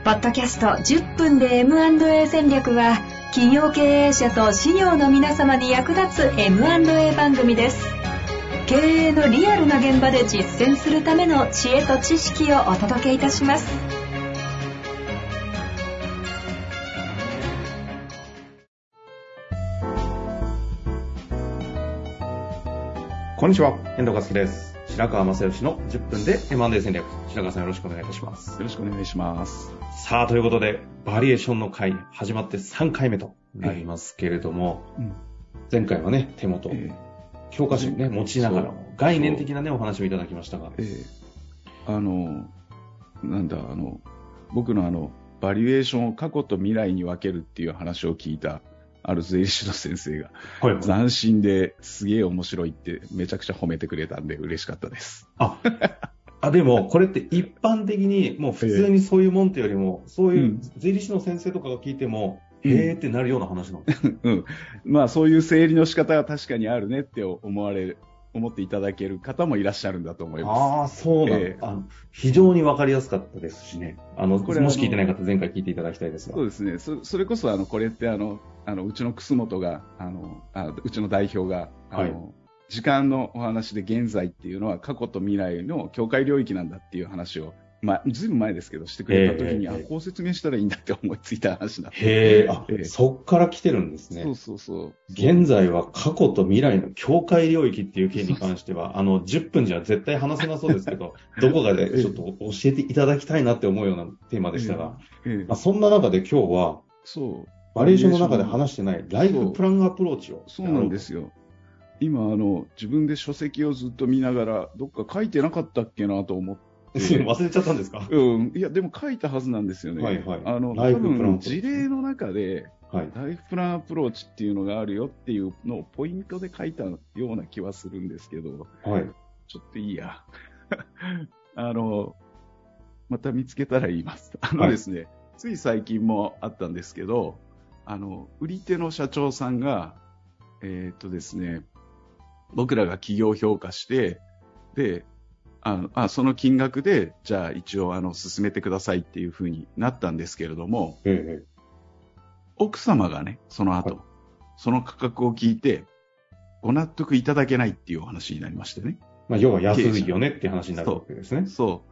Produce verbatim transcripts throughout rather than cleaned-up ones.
ポッドキャストじゅっぷんで エムアンドエー 戦略は、企業経営者と事業の皆様に役立つ エムアンドエー 番組です。経営のリアルな現場で実践するための知恵と知識をお届けいたします。 こんにちは、遠藤和樹です。白川正義のじゅっぷんで エムアンドエー 戦略。白川さん、よろしくお願いいたします。 よろしくお願いします。 さあ、ということでバリエーションの回始まってさんかいめとなりますけれども、えーうん、前回はね、手元、えー、教科書にね持ちながらも概念的なねお話をいただきましたが、 えー、あのなんだあの僕のあのバリエーションを過去と未来に分けるっていう話を聞いたある税理士の先生が、はいはい、斬新ですげえ面白いってめちゃくちゃ褒めてくれたんで嬉しかったです。 ああ、でもこれって一般的にもう普通にそういうもんってよりも、えー、そういう税理士の先生とかが聞いても、うん、へーってなるような話なんです、 うん、まあそういう整理の仕方が確かにあるねって思われる思っていただける方もいらっしゃるんだと思います。 ああ、そうなんだ、えー、あの非常に分かりやすかったですしね。あのこれもし聞いてない方、前回聞いていただきたいですが。 そうですね。そ, それこそあのこれってあのあのうちの楠本があのあうちの代表があの、はい、時間のお話で現在っていうのは過去と未来の境界領域なんだっていう話を、まあ、ずいぶん前ですけどしてくれた時に、えー、あこう説明したらいいんだって思いついた話なんで。 へー、あ、えー、そっから来てるんですね。 そうそうそう。 現在は過去と未来の境界領域っていう件に関しては、あのじゅっぷんじゃ絶対話せなそうですけど、どこかでちょっと教えていただきたいなって思うようなテーマでしたが、えーえーまあ、そんな中で今日はそうバリエーションの中で話してないライフプランアプローチを。 そうなんですよ。今あの自分で書籍をずっと見ながらどっか書いてなかったっけなと思って忘れちゃったんですか？ うん、いやでも書いたはずなんですよね。はいはい、あの多分事例の中で、はい、ライフプランアプローチっていうのがあるよっていうのをポイントで書いたような気はするんですけど、はい、ちょっといいやあのまた見つけたら言います。あのですね、はい、つい最近もあったんですけど、あの売り手の社長さんがえーっとですね僕らが企業評価して、で、あの、あ、その金額で、じゃあ一応あの、進めてくださいっていう風になったんですけれども、ええ、奥様がね、その後、はい、その価格を聞いて、ご納得いただけないっていうお話になりましてね。 まあ、要は安いよねっていう話になるわけですね。 そう。そう。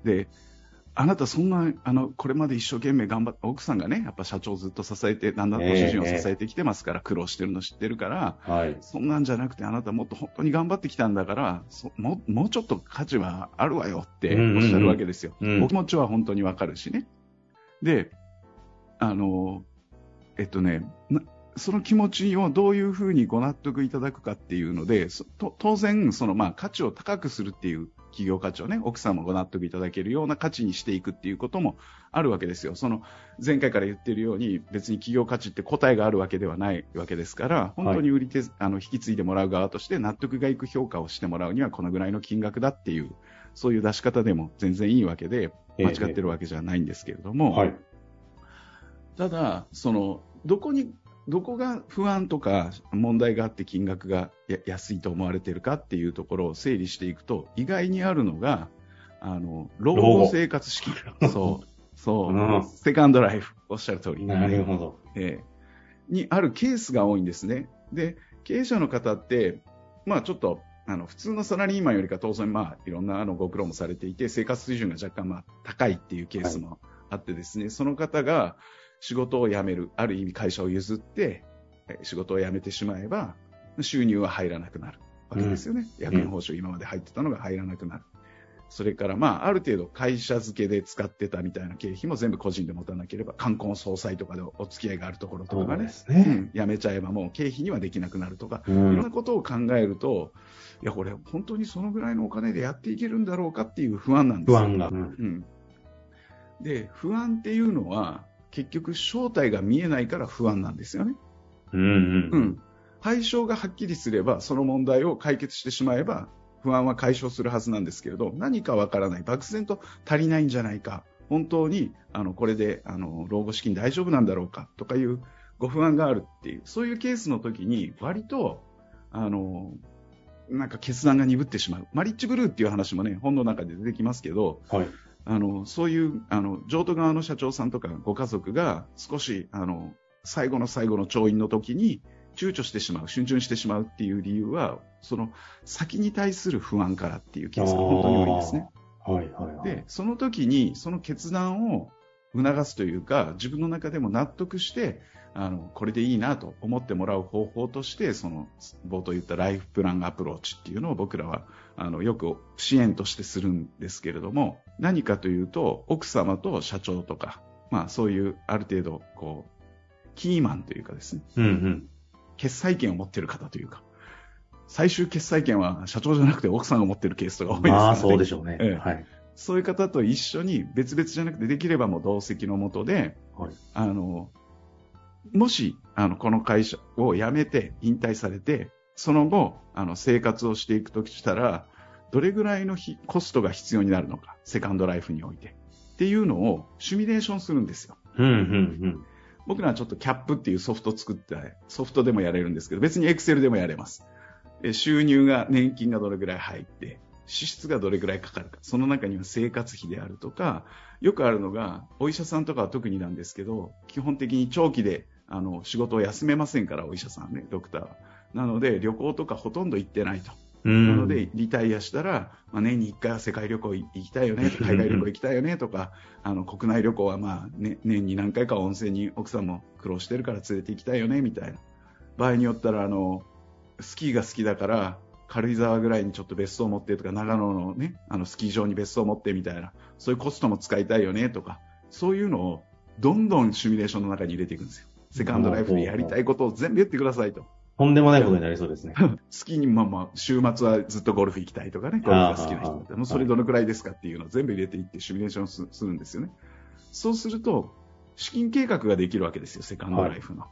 で、あなたそんな、あの、これまで一生懸命頑張って、奥さんがね、やっぱ社長ずっと支えて、だんだんご主人を支えてきてますから、えー、苦労してるの知ってるから、はい、そんなんじゃなくて、あなたもっと本当に頑張ってきたんだから、そももうちょっと価値はあるわよっておっしゃるわけですよ。うんうんうん、お気持ちは本当にわかるしね。で、あの、えっとね、その気持ちをどういうふうにご納得いただくかっていうので、と当然、そのまあ価値を高くするっていう企業価値をね、奥さんもご納得いただけるような価値にしていくっていうこともあるわけですよ。その前回から言っているように、別に企業価値って答えがあるわけではないわけですから、本当に売り手、はい、あの引き継いでもらう側として納得がいく評価をしてもらうにはこのぐらいの金額だっていう、そういう出し方でも全然いいわけで、間違ってるわけじゃないんですけれども、えーはい、ただ、そのどこにどこが不安とか問題があって金額が安いと思われているかっていうところを整理していくと、意外にあるのが、あの、老後生活資金。そう。そう、うん。セカンドライフ。おっしゃる通り。 なるほど。 えー、にあるケースが多いんですね。で、経営者の方って、まあちょっと、あの、普通のサラリーマンよりか当然、まあいろんなあのご苦労もされていて、生活水準が若干まあ高いっていうケースもあってですね、はい、その方が、仕事を辞める、ある意味会社を譲って仕事を辞めてしまえば収入は入らなくなるわけですよね、うん、役員報酬今まで入ってたのが入らなくなる、うん、それからまあある程度会社付けで使ってたみたいな経費も全部個人で持たなければ、冠婚葬祭とかでお付き合いがあるところとかが ね, ね、うん、辞めちゃえばもう経費にはできなくなるとか、うん、いろんなことを考えると、いやこれ本当にそのぐらいのお金でやっていけるんだろうかっていう不安なんですよ。 不安が、うんうん、で不安っていうのは結局正体が見えないから不安なんですよね。 うんうんうん、 対象がはっきりすればその問題を解決してしまえば不安は解消するはずなんですけれど、何かわからない、漠然と足りないんじゃないか、本当にあのこれであの老後資金大丈夫なんだろうかとかいうご不安があるっていう、そういうケースの時に割とあのなんか決断が鈍ってしまう。マリッジブルーっていう話もね本の中で出てきますけど、はい、 あのそういうあの譲渡側の社長さんとかご家族が少しあの最後の最後の調印の時に躊躇してしまう、逡巡してしまうっていう理由は、その先に対する不安からっていうケースが本当に多いんですね。 はいはいはい、 で、その時にその決断を促すというか、自分の中でも納得して、あのこれでいいなと思ってもらう方法として、その冒頭言ったライフプランアプローチっていうのを僕らはあのよく支援としてするんですけれども、何かというと、奥様と社長とか、まあそういうある程度こうキーマンというかですね、 うんうん、 決裁権を持っている方というか、最終決裁権は社長じゃなくて奥さんが持っているケースとか多いですからね。 まあそうでしょうね。 ええ、 はい。 そういう方と一緒に別々じゃなくて、できればもう同席のもとで、 はい、 あのもしあのこの会社を辞めて引退されて、その後あの生活をしていくとしたら、どれぐらいのコストが必要になるのか、セカンドライフにおいてっていうのをシミュレーションするんですよ。 うんうんうん、 僕らはちょっとキャップっていうソフトを作って、ソフトでもやれるんですけど、別にエクセルでもやれます。収入が、年金がどれぐらい入って、支出がどれぐらいかかるか、その中には生活費であるとか、よくあるのが、お医者さんとかは特になんですけど、基本的に長期であの仕事を休めませんから、お医者さんね、ドクターは。なので、旅行とかほとんど行ってないと。なので、リタイアしたら、まあ、年にいっかいは世界旅行行きたいよね、海外旅行行きたいよねとか、あの国内旅行はまあ、ね、年に何回か温泉に奥さんも苦労してるから連れて行きたいよねみたいな。場合によったら、あのスキーが好きだから軽井沢ぐらいにちょっと別荘を持ってとか、長野のね、あのスキー場に別荘を持ってみたいな、そういうコストも使いたいよねとか、そういうのをどんどんシミュレーションの中に入れていくんですよ。セカンドライフでやりたいことを全部言ってくださいと。 とんでもないことになりそうですね。 好きに、まあまあ、週末はずっとゴルフ行きたいとかね、ゴルフが好きな人だったら、もうそれどのくらいですかっていうのを全部入れていってシミュレーションす、するんですよね。そうすると、資金計画ができるわけですよ、セカンドライフの。はい、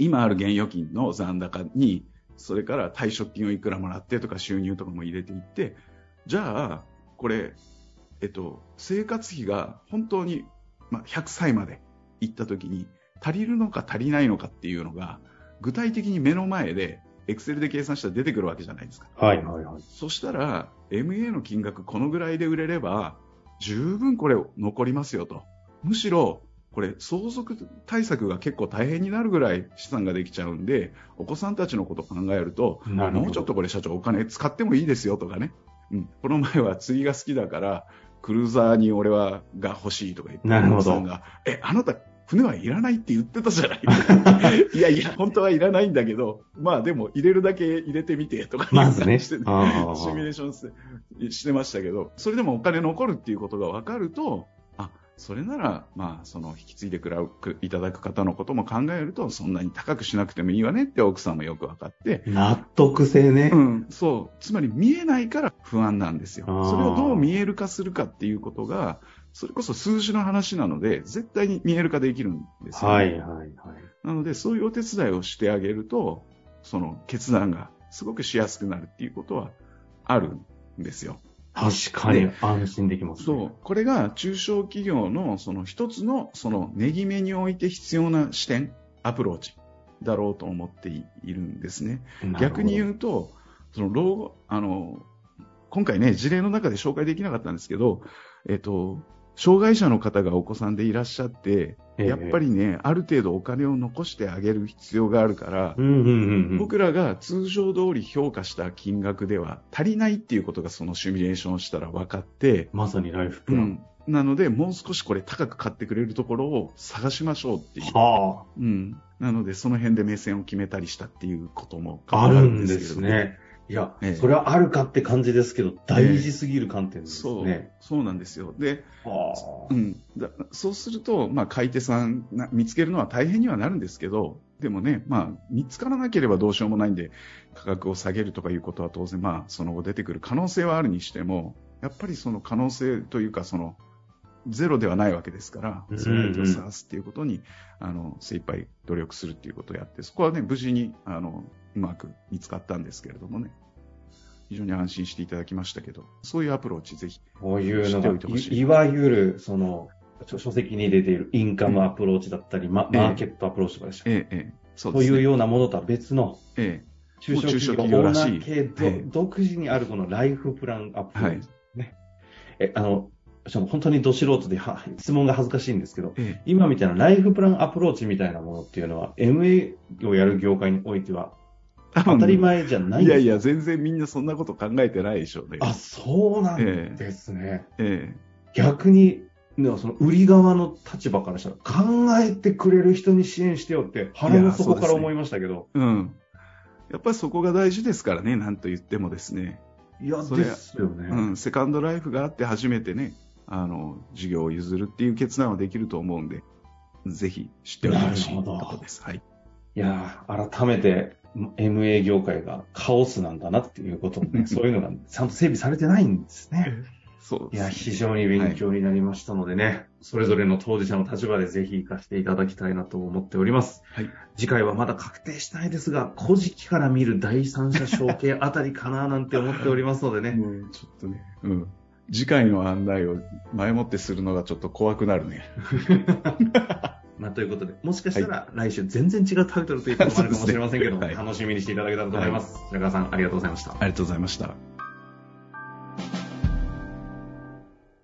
今ある現預金の残高に、それから退職金をいくらもらってとか収入とかも入れていって、じゃあ、これ、えっと、生活費が本当に、まあ、ひゃくさいまで行った時に足りるのか足りないのかっていうのが、具体的に目の前で、エクセルで計算したら出てくるわけじゃないですか。 はいはいはい。 そしたら、エムエー の金額このぐらいで売れれば、十分これ残りますよと。むしろ、これ相続対策が結構大変になるぐらい資産ができちゃうんで、お子さんたちのことを考えると、もうちょっとこれ社長お金使ってもいいですよとかね。うん、この前は釣りが好きだから、クルーザーに俺はが欲しいとか言って、 なるほど。 お子さんが、え、あなた、船はいらないって言ってたじゃないいやいや、本当はいらないんだけど、まあでも入れるだけ入れてみてとか、 まずね、 シミュレーションして、してましたけど、それでもお金残るっていうことが分かると、あ、それなら、まあ、その引き継いでくらういただく方のことも考えると、そんなに高くしなくてもいいわねって奥さんもよく分かって。 納得性ね。 うん、そう。つまり見えないから不安なんですよ。それをどう見える化するかっていうことが、それこそ数字の話なので、絶対に見える化できるんですよね。 はいはいはい。 なので、そういうお手伝いをしてあげると、その決断がすごくしやすくなるっていうことはあるんですよ。 確かに安心できますね。 そう。これが中小企業のその一つのそのネギ目において必要な視点、アプローチだろうと思っているんですね。逆に言うと、その老後、あの、今回ね、事例の中で紹介できなかったんですけど、えっと、障害者の方がお子さんでいらっしゃって、ええ、やっぱりね、ある程度お金を残してあげる必要があるから、 うんうんうんうん、 僕らが通常通り評価した金額では足りないっていうことがそのシミュレーションをしたら分かって、 まさにライフプラン。 うん、なので、もう少しこれ高く買ってくれるところを探しましょうっていう。 はあ、 うん。なので、その辺で目線を決めたりしたっていうこともあるんですけどね。いや、ええ、それはあるかって感じですけど、大事すぎる観点ですね。 ええ、そう、そうなんですよ。で、うん、だそうすると、まあ、買い手さんな見つけるのは大変にはなるんですけど、でもね、まあ、見つからなければどうしようもないんで、価格を下げるとかいうことは当然、まあ、その後出てくる可能性はあるにしても、やっぱりその可能性というか、その、ゼロではないわけですから、その相手を探すっていうことに、うんうん、あの、精一杯努力するっていうことをやって、そこはね、無事に、あの、うまく見つかったんですけれどもね。非常に安心していただきましたけど、そういうアプローチぜひこういうのが い, いわゆるその書籍に出ているインカムアプローチだったり、ええ、マーケットアプローチとかでしたっけ、ええええ、そうですね、そういうようなものとは別の、ええ、中小企業らしい、ええ、独自にあるこのライフプランアプローチ、ね、はい、えあの本当にど素人で質問が恥ずかしいんですけど、 ええ、 今みたいなライフプランアプローチみたいなものっていうのは エムエー をやる業界においては当たり前じゃないんですか？ いやいや、全然みんなそんなこと考えてないでしょうね。 あ、そうなんですね。 ええええ、 逆に、その売り側の立場からしたら考えてくれる人に支援してよって腹の底から思いましたけど、 うね、うん、やっぱりそこが大事ですからね、なんと言ってもですね。 いやですよね、 うん、セカンドライフがあって初めてね、あの事業を譲るっていう決断はできると思うんで、ぜひ知っておいてほしいところです。はい。いや改めて エムエー 業界がカオスなんだなっていうことをね、そういうのがちゃんと整備されてないんですね。 そうですね。 いや、非常に勉強になりましたのでね、はい、それぞれの当事者の立場でぜひ活かしていただきたいなと思っております。 はい、 次回はまだ確定してないですが、古事記から見る第三者承継あたりかななんて思っておりますのでね。 うん、ちょっとね、うん。次回の案内を前もってするのがちょっと怖くなるね。 まあ、ということで、もしかしたら来週全然違うタイトルということもあるかもしれませんけども、はい、楽しみにしていただけたらと思います。白川さん、ありがとうございました。 ありがとうございました。